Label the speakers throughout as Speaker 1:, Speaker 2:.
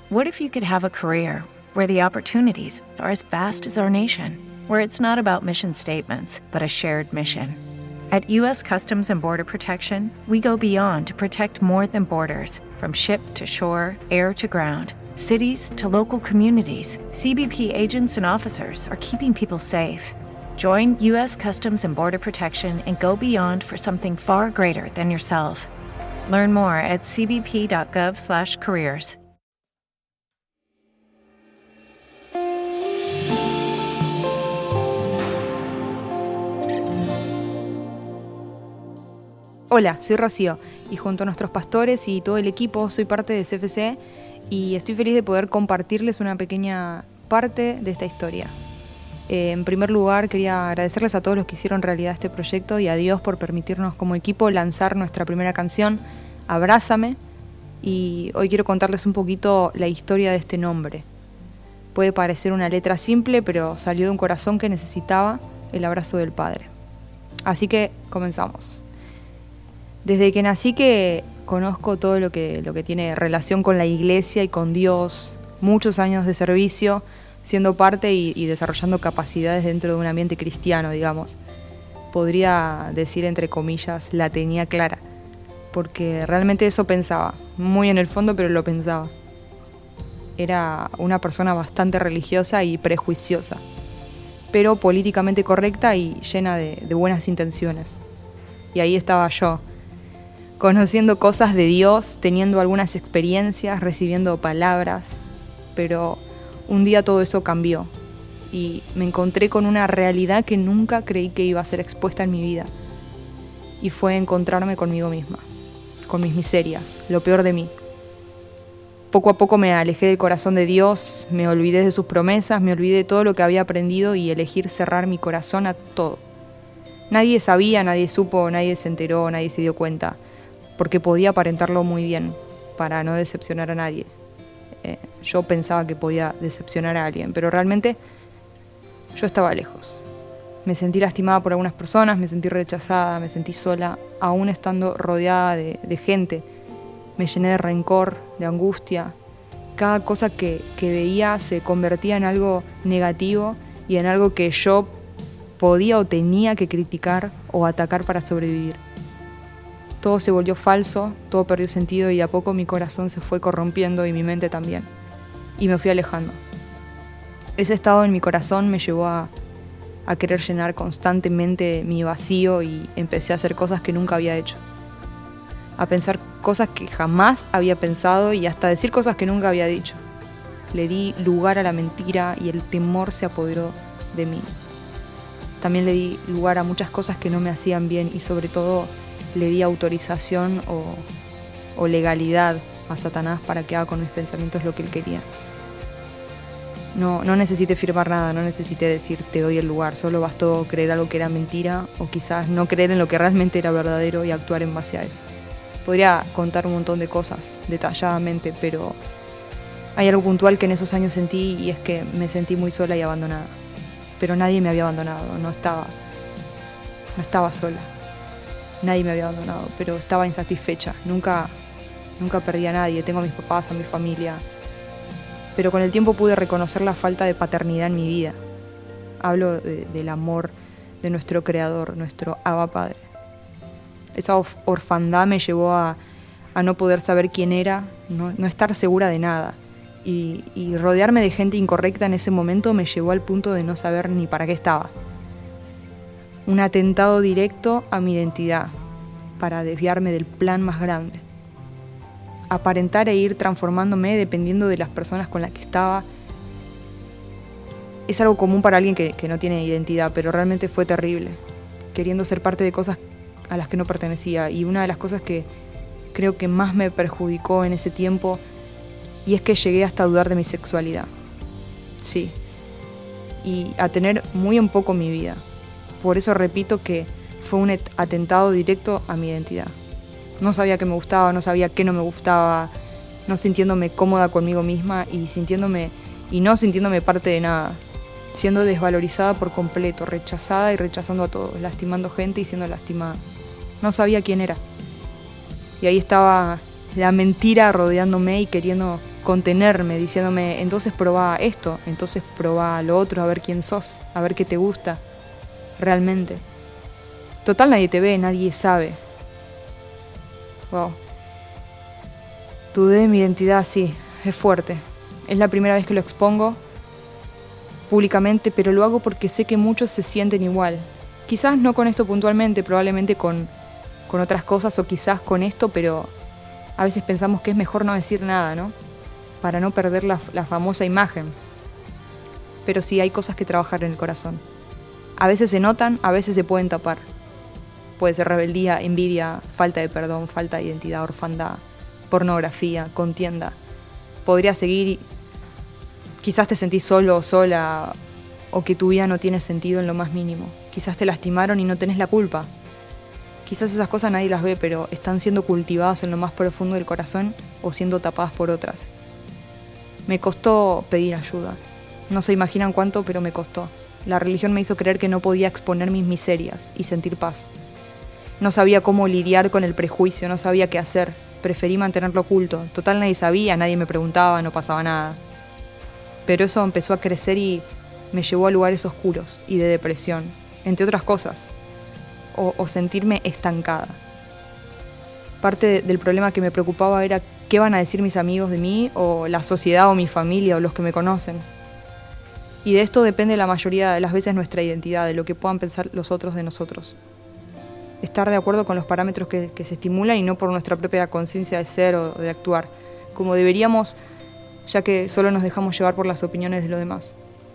Speaker 1: What if you could have a career where the opportunities are as vast as our nation, where it's not about mission statements, but a shared mission? At U.S. Customs and Border Protection, we go beyond to protect more than borders. From ship to shore, air to ground, cities to local communities, CBP agents and officers are keeping people safe. Join U.S. Customs and Border Protection and go beyond for something far greater than yourself. Learn more at cbp.gov/careers.
Speaker 2: Hola, soy Rocío y junto a nuestros pastores y todo el equipo soy parte de CFC y estoy feliz de poder compartirles una pequeña parte de esta historia. En primer lugar, quería agradecerles a todos los que hicieron realidad este proyecto y a Dios por permitirnos como equipo lanzar nuestra primera canción, Abrázame, y hoy quiero contarles un poquito la historia de este nombre. Puede parecer una letra simple, pero salió de un corazón que necesitaba el abrazo del Padre. Así que comenzamos. Desde que nací que conozco todo lo que tiene relación con la iglesia y con Dios, muchos años de servicio, siendo parte y desarrollando capacidades dentro de un ambiente cristiano, digamos. Podría decir, entre comillas, la tenía clara, porque realmente eso pensaba, muy en el fondo, pero lo pensaba. Era una persona bastante religiosa y prejuiciosa, pero políticamente correcta y llena de buenas intenciones. Y ahí estaba yo, conociendo cosas de Dios, teniendo algunas experiencias, recibiendo palabras, pero un día todo eso cambió y me encontré con una realidad que nunca creí que iba a ser expuesta en mi vida. Y fue encontrarme conmigo misma, con mis miserias, lo peor de mí. Poco a poco me alejé del corazón de Dios, me olvidé de sus promesas, me olvidé de todo lo que había aprendido y elegí cerrar mi corazón a todo. Nadie sabía, nadie supo, nadie se enteró, nadie se dio cuenta, porque podía aparentarlo muy bien para no decepcionar a nadie. Yo pensaba que podía decepcionar a alguien, pero realmente yo estaba lejos. Me sentí lastimada por algunas personas, me sentí rechazada, me sentí sola, aún estando rodeada de gente. Me llené de rencor, de angustia. Cada cosa que veía se convertía en algo negativo y en algo que yo podía o tenía que criticar o atacar para sobrevivir. Todo se volvió falso, todo perdió sentido y a poco mi corazón se fue corrompiendo y mi mente también. Y me fui alejando. Ese estado en mi corazón me llevó a querer llenar constantemente mi vacío y empecé a hacer cosas que nunca había hecho. A pensar cosas que jamás había pensado y hasta decir cosas que nunca había dicho. Le di lugar a la mentira y el temor se apoderó de mí. También le di lugar a muchas cosas que no me hacían bien y sobre todo le di autorización o legalidad a Satanás para que haga con mis pensamientos lo que él quería. No necesité firmar nada, no necesité decir te doy el lugar, solo bastó creer algo que era mentira o quizás no creer en lo que realmente era verdadero y actuar en base a eso. Podría contar un montón de cosas detalladamente, pero hay algo puntual que en esos años sentí y es que me sentí muy sola y abandonada. Pero nadie me había abandonado, no estaba sola. Nadie me había abandonado, pero estaba insatisfecha. Nunca perdí a nadie, tengo a mis papás, a mi familia. Pero con el tiempo pude reconocer la falta de paternidad en mi vida. Hablo del amor de nuestro Creador, nuestro Abba Padre. Esa orfandad me llevó a no poder saber quién era, no estar segura de nada. Y rodearme de gente incorrecta en ese momento me llevó al punto de no saber ni para qué estaba. Un atentado directo a mi identidad, para desviarme del plan más grande. Aparentar e ir transformándome dependiendo de las personas con las que estaba. Es algo común para alguien que no tiene identidad, pero realmente fue terrible. Queriendo ser parte de cosas a las que no pertenecía. Y una de las cosas que creo que más me perjudicó en ese tiempo, y es que llegué hasta a dudar de mi sexualidad. Sí. Y a tener muy en poco mi vida. Por eso repito que fue un atentado directo a mi identidad. No sabía qué me gustaba, no sabía qué no me gustaba, no sintiéndome cómoda conmigo misma y no sintiéndome parte de nada, siendo desvalorizada por completo, rechazada y rechazando a todos, lastimando gente y siendo lastimada. No sabía quién era. Y ahí estaba la mentira rodeándome y queriendo contenerme, diciéndome, entonces probá esto, entonces probá lo otro, a ver quién sos, a ver qué te gusta realmente. Total, nadie te ve, nadie sabe. Wow. Dudé de mi identidad, sí, es fuerte. Es la primera vez que lo expongo públicamente, pero lo hago porque sé que muchos se sienten igual. Quizás no con esto puntualmente, probablemente con otras cosas, o quizás con esto, pero a veces pensamos que es mejor no decir nada, ¿no? Para no perder la famosa imagen. Pero sí, hay cosas que trabajar en el corazón. A veces se notan, a veces se pueden tapar. Puede ser rebeldía, envidia, falta de perdón, falta de identidad, orfandad, pornografía, contienda. Podría seguir y quizás te sentís solo o sola, o que tu vida no tiene sentido en lo más mínimo. Quizás te lastimaron y no tenés la culpa. Quizás esas cosas nadie las ve, pero están siendo cultivadas en lo más profundo del corazón o siendo tapadas por otras. Me costó pedir ayuda. No se imaginan cuánto, pero me costó. La religión me hizo creer que no podía exponer mis miserias y sentir paz. No sabía cómo lidiar con el prejuicio, no sabía qué hacer. Preferí mantenerlo oculto. Total, nadie sabía, nadie me preguntaba, no pasaba nada. Pero eso empezó a crecer y me llevó a lugares oscuros y de depresión, entre otras cosas. O sentirme estancada. Parte del problema que me preocupaba era qué van a decir mis amigos de mí, o la sociedad, o mi familia, o los que me conocen. Y de esto depende la mayoría de las veces nuestra identidad, de lo que puedan pensar los otros de nosotros. Estar de acuerdo con los parámetros que se estimulan y no por nuestra propia conciencia de ser o de actuar, como deberíamos, ya que solo nos dejamos llevar por las opiniones de los demás.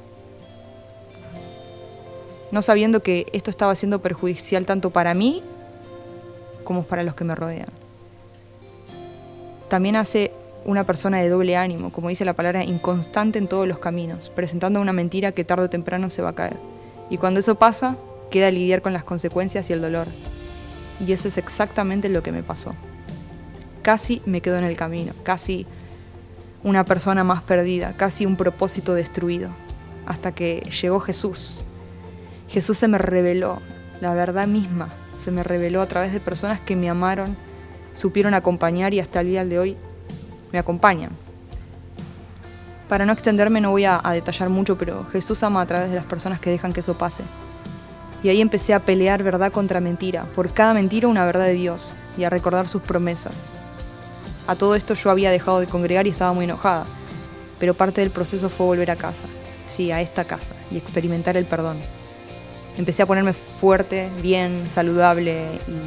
Speaker 2: No sabiendo que esto estaba siendo perjudicial tanto para mí como para los que me rodean. También hace una persona de doble ánimo, como dice la palabra, inconstante en todos los caminos, presentando una mentira que tarde o temprano se va a caer. Y cuando eso pasa, queda lidiar con las consecuencias y el dolor. Y eso es exactamente lo que me pasó. Casi me quedo en el camino, casi una persona más perdida, casi un propósito destruido, hasta que llegó Jesús. Jesús se me reveló, la verdad misma, se me reveló a través de personas que me amaron, supieron acompañar y hasta el día de hoy me acompañan. Para no extenderme no voy a detallar mucho, pero Jesús ama a través de las personas que dejan que eso pase. Y ahí empecé a pelear verdad contra mentira, por cada mentira una verdad de Dios, y a recordar sus promesas. A todo esto yo había dejado de congregar y estaba muy enojada, pero parte del proceso fue volver a casa, sí, a esta casa, y experimentar el perdón. Empecé a ponerme fuerte, bien, saludable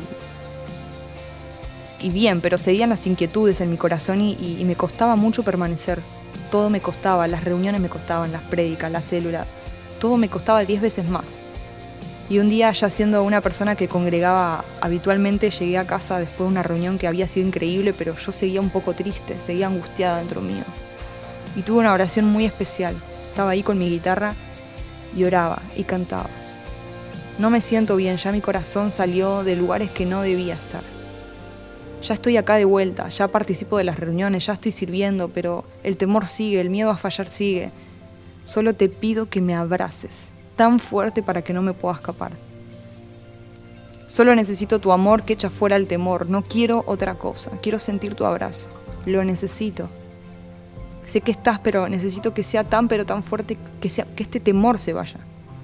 Speaker 2: y bien, pero seguían las inquietudes en mi corazón y me costaba mucho permanecer. Todo me costaba, las reuniones me costaban, las prédicas, la célula, todo me costaba 10 veces más. Y un día, ya siendo una persona que congregaba habitualmente, llegué a casa después de una reunión que había sido increíble, pero yo seguía un poco triste, seguía angustiada dentro mío. Y tuve una oración muy especial. Estaba ahí con mi guitarra y oraba y cantaba. No me siento bien, ya mi corazón salió de lugares que no debía estar. Ya estoy acá de vuelta, ya participo de las reuniones, ya estoy sirviendo, pero el temor sigue, el miedo a fallar sigue. Solo te pido que me abraces, tan fuerte para que no me pueda escapar. Solo necesito tu amor que echa fuera el temor, no quiero otra cosa, quiero sentir tu abrazo, lo necesito. Sé que estás, pero necesito que sea tan pero tan fuerte que este temor se vaya.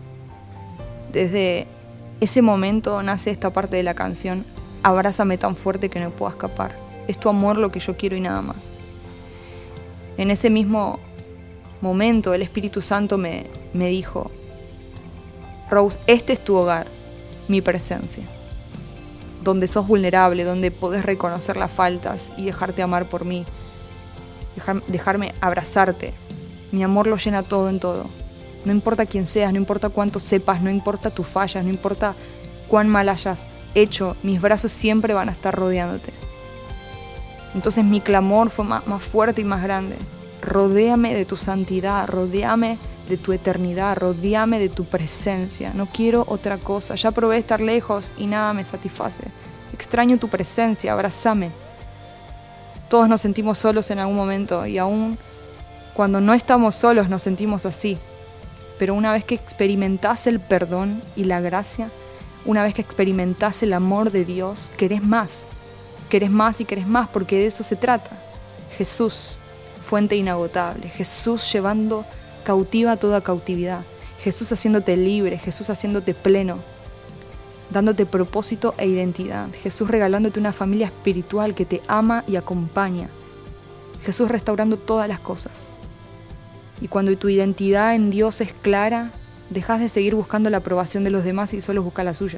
Speaker 2: Desde ese momento nace esta parte de la canción, abrázame tan fuerte que no pueda escapar. Es tu amor lo que yo quiero y nada más. En ese mismo momento el Espíritu Santo me dijo, Rose, este es tu hogar, mi presencia, donde sos vulnerable, donde podés reconocer las faltas y dejarte amar por mí, dejarme abrazarte. Mi amor lo llena todo en todo. No importa quién seas, no importa cuánto sepas, no importa tus fallas, no importa cuán mal hayas hecho, mis brazos siempre van a estar rodeándote. Entonces mi clamor fue más fuerte y más grande. Rodéame de tu santidad, rodéame de tu eternidad, rodéame de tu presencia. No quiero otra cosa. Ya probé estar lejos y nada me satisface. Extraño tu presencia, abrázame. Todos nos sentimos solos en algún momento y aún cuando no estamos solos nos sentimos así. Pero una vez que experimentás el perdón y la gracia, una vez que experimentás el amor de Dios, querés más y querés más porque de eso se trata. Jesús fuente inagotable, Jesús llevando cautiva toda cautividad, Jesús haciéndote libre, Jesús haciéndote pleno, dándote propósito e identidad, Jesús regalándote una familia espiritual que te ama y acompaña, Jesús restaurando todas las cosas. Y cuando tu identidad en Dios es clara, dejas de seguir buscando la aprobación de los demás y solo buscas la suya.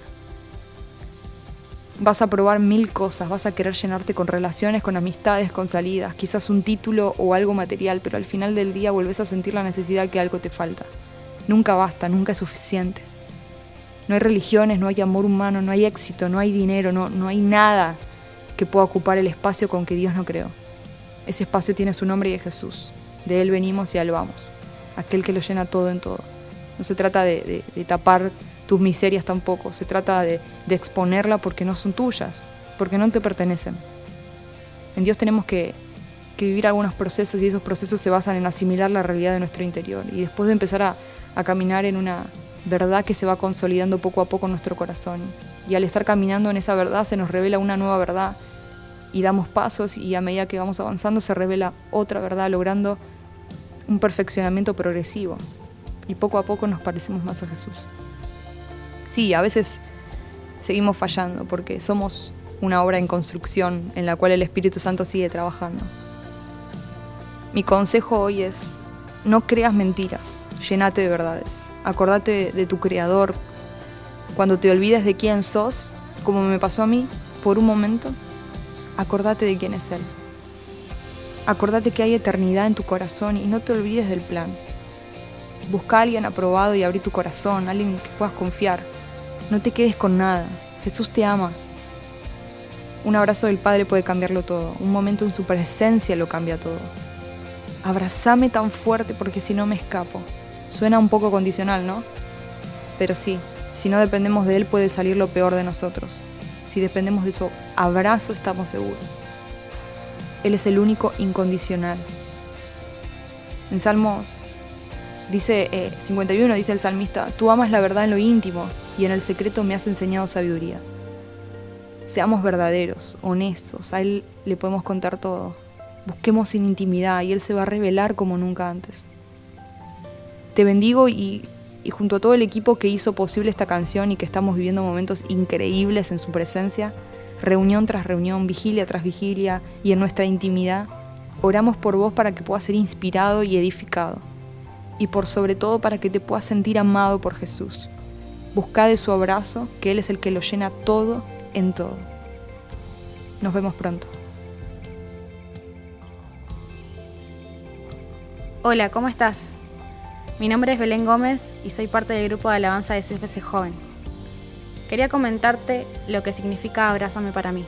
Speaker 2: Vas a probar 1000 cosas, vas a querer llenarte con relaciones, con amistades, con salidas, quizás un título o algo material, pero al final del día volvés a sentir la necesidad que algo te falta. Nunca basta, nunca es suficiente. No hay religiones, no hay amor humano, no hay éxito, no hay dinero, no hay nada que pueda ocupar el espacio con que Dios no creó. Ese espacio tiene su nombre y es Jesús. De Él venimos y a Él vamos. Aquel que lo llena todo en todo. No se trata de tapar tus miserias tampoco. Se trata de exponerla porque no son tuyas, porque no te pertenecen. En Dios tenemos que vivir algunos procesos y esos procesos se basan en asimilar la realidad de nuestro interior. Y después de empezar a caminar en una verdad que se va consolidando poco a poco en nuestro corazón. Y al estar caminando en esa verdad se nos revela una nueva verdad y damos pasos y a medida que vamos avanzando se revela otra verdad, logrando un perfeccionamiento progresivo. Y poco a poco nos parecemos más a Jesús. Sí, a veces seguimos fallando porque somos una obra en construcción en la cual el Espíritu Santo sigue trabajando. Mi consejo hoy es: no creas mentiras, llénate de verdades. Acordate de tu Creador. Cuando te olvides de quién sos, como me pasó a mí, por un momento, acordate de quién es Él. Acordate que hay eternidad en tu corazón y no te olvides del plan. Busca a alguien aprobado y abrí tu corazón, alguien que puedas confiar. No te quedes con nada. Jesús te ama. Un abrazo del Padre puede cambiarlo todo. Un momento en su presencia lo cambia todo. Abrázame tan fuerte porque si no me escapo. Suena un poco condicional, ¿no? Pero sí, si no dependemos de Él puede salir lo peor de nosotros. Si dependemos de su abrazo estamos seguros. Él es el único incondicional. En Salmos 51 dice el salmista: tú amas la verdad en lo íntimo y en el secreto me has enseñado sabiduría. Seamos verdaderos, honestos, a Él le podemos contar todo. Busquemos sin intimidad y Él se va a revelar como nunca antes. Te bendigo y junto a todo el equipo que hizo posible esta canción y que estamos viviendo momentos increíbles en su presencia, reunión tras reunión, vigilia tras vigilia y en nuestra intimidad, oramos por vos para que puedas ser inspirado y edificado. Y por sobre todo para que te puedas sentir amado por Jesús. Busca de su abrazo, que Él es el que lo llena todo en todo. Nos vemos pronto.
Speaker 3: Hola, ¿cómo estás? Mi nombre es Belén Gómez y soy parte del grupo de alabanza de CFC Joven. Quería comentarte lo que significa Abrázame para mí.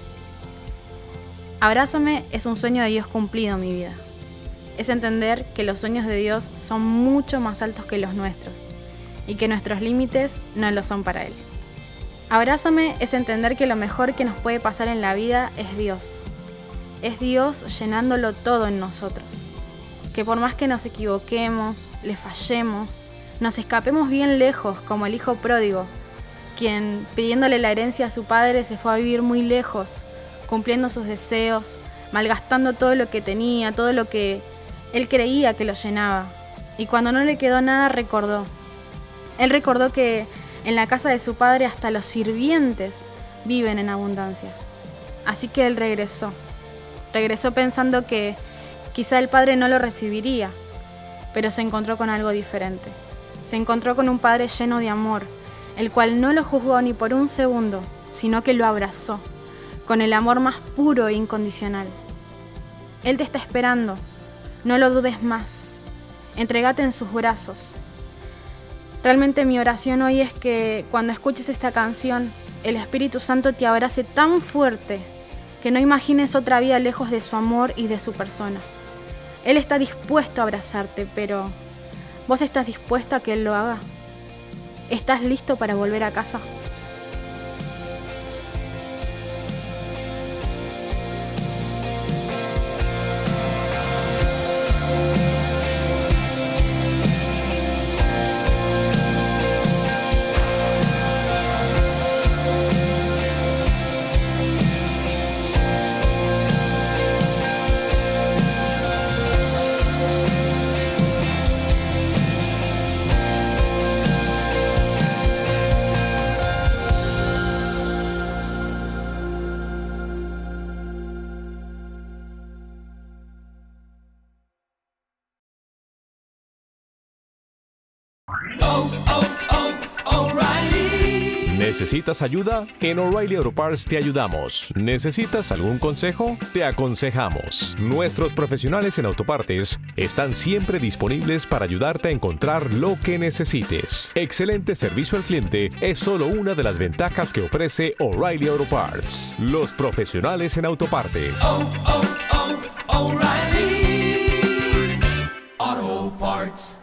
Speaker 3: Abrázame es un sueño de Dios cumplido en mi vida. Es entender que los sueños de Dios son mucho más altos que los nuestros y que nuestros límites no lo son para Él. Abrázame es entender que lo mejor que nos puede pasar en la vida es Dios. Es Dios llenándolo todo en nosotros. Que por más que nos equivoquemos, le fallemos, nos escapemos bien lejos, como el hijo pródigo, quien pidiéndole la herencia a su padre se fue a vivir muy lejos, cumpliendo sus deseos, malgastando todo lo que tenía, todo lo que él creía que lo llenaba. Y cuando no le quedó nada, recordó. Él recordó que en la casa de su padre hasta los sirvientes viven en abundancia. Así que él regresó. Regresó pensando que quizá el padre no lo recibiría, pero se encontró con algo diferente. Se encontró con un padre lleno de amor, el cual no lo juzgó ni por un segundo, sino que lo abrazó, con el amor más puro e incondicional. Él te está esperando, no lo dudes más, entrégate en sus brazos. Realmente mi oración hoy es que cuando escuches esta canción, el Espíritu Santo te abrace tan fuerte que no imagines otra vida lejos de su amor y de su persona. Él está dispuesto a abrazarte, pero ¿vos estás dispuesto a que Él lo haga? ¿Estás listo para volver a casa?
Speaker 4: ¿Necesitas ayuda? En O'Reilly Auto Parts te ayudamos. ¿Necesitas algún consejo? Te aconsejamos. Nuestros profesionales en autopartes están siempre disponibles para ayudarte a encontrar lo que necesites. Excelente servicio al cliente es solo una de las ventajas que ofrece O'Reilly Auto Parts. Los profesionales en autopartes.
Speaker 5: O'Reilly Auto Parts.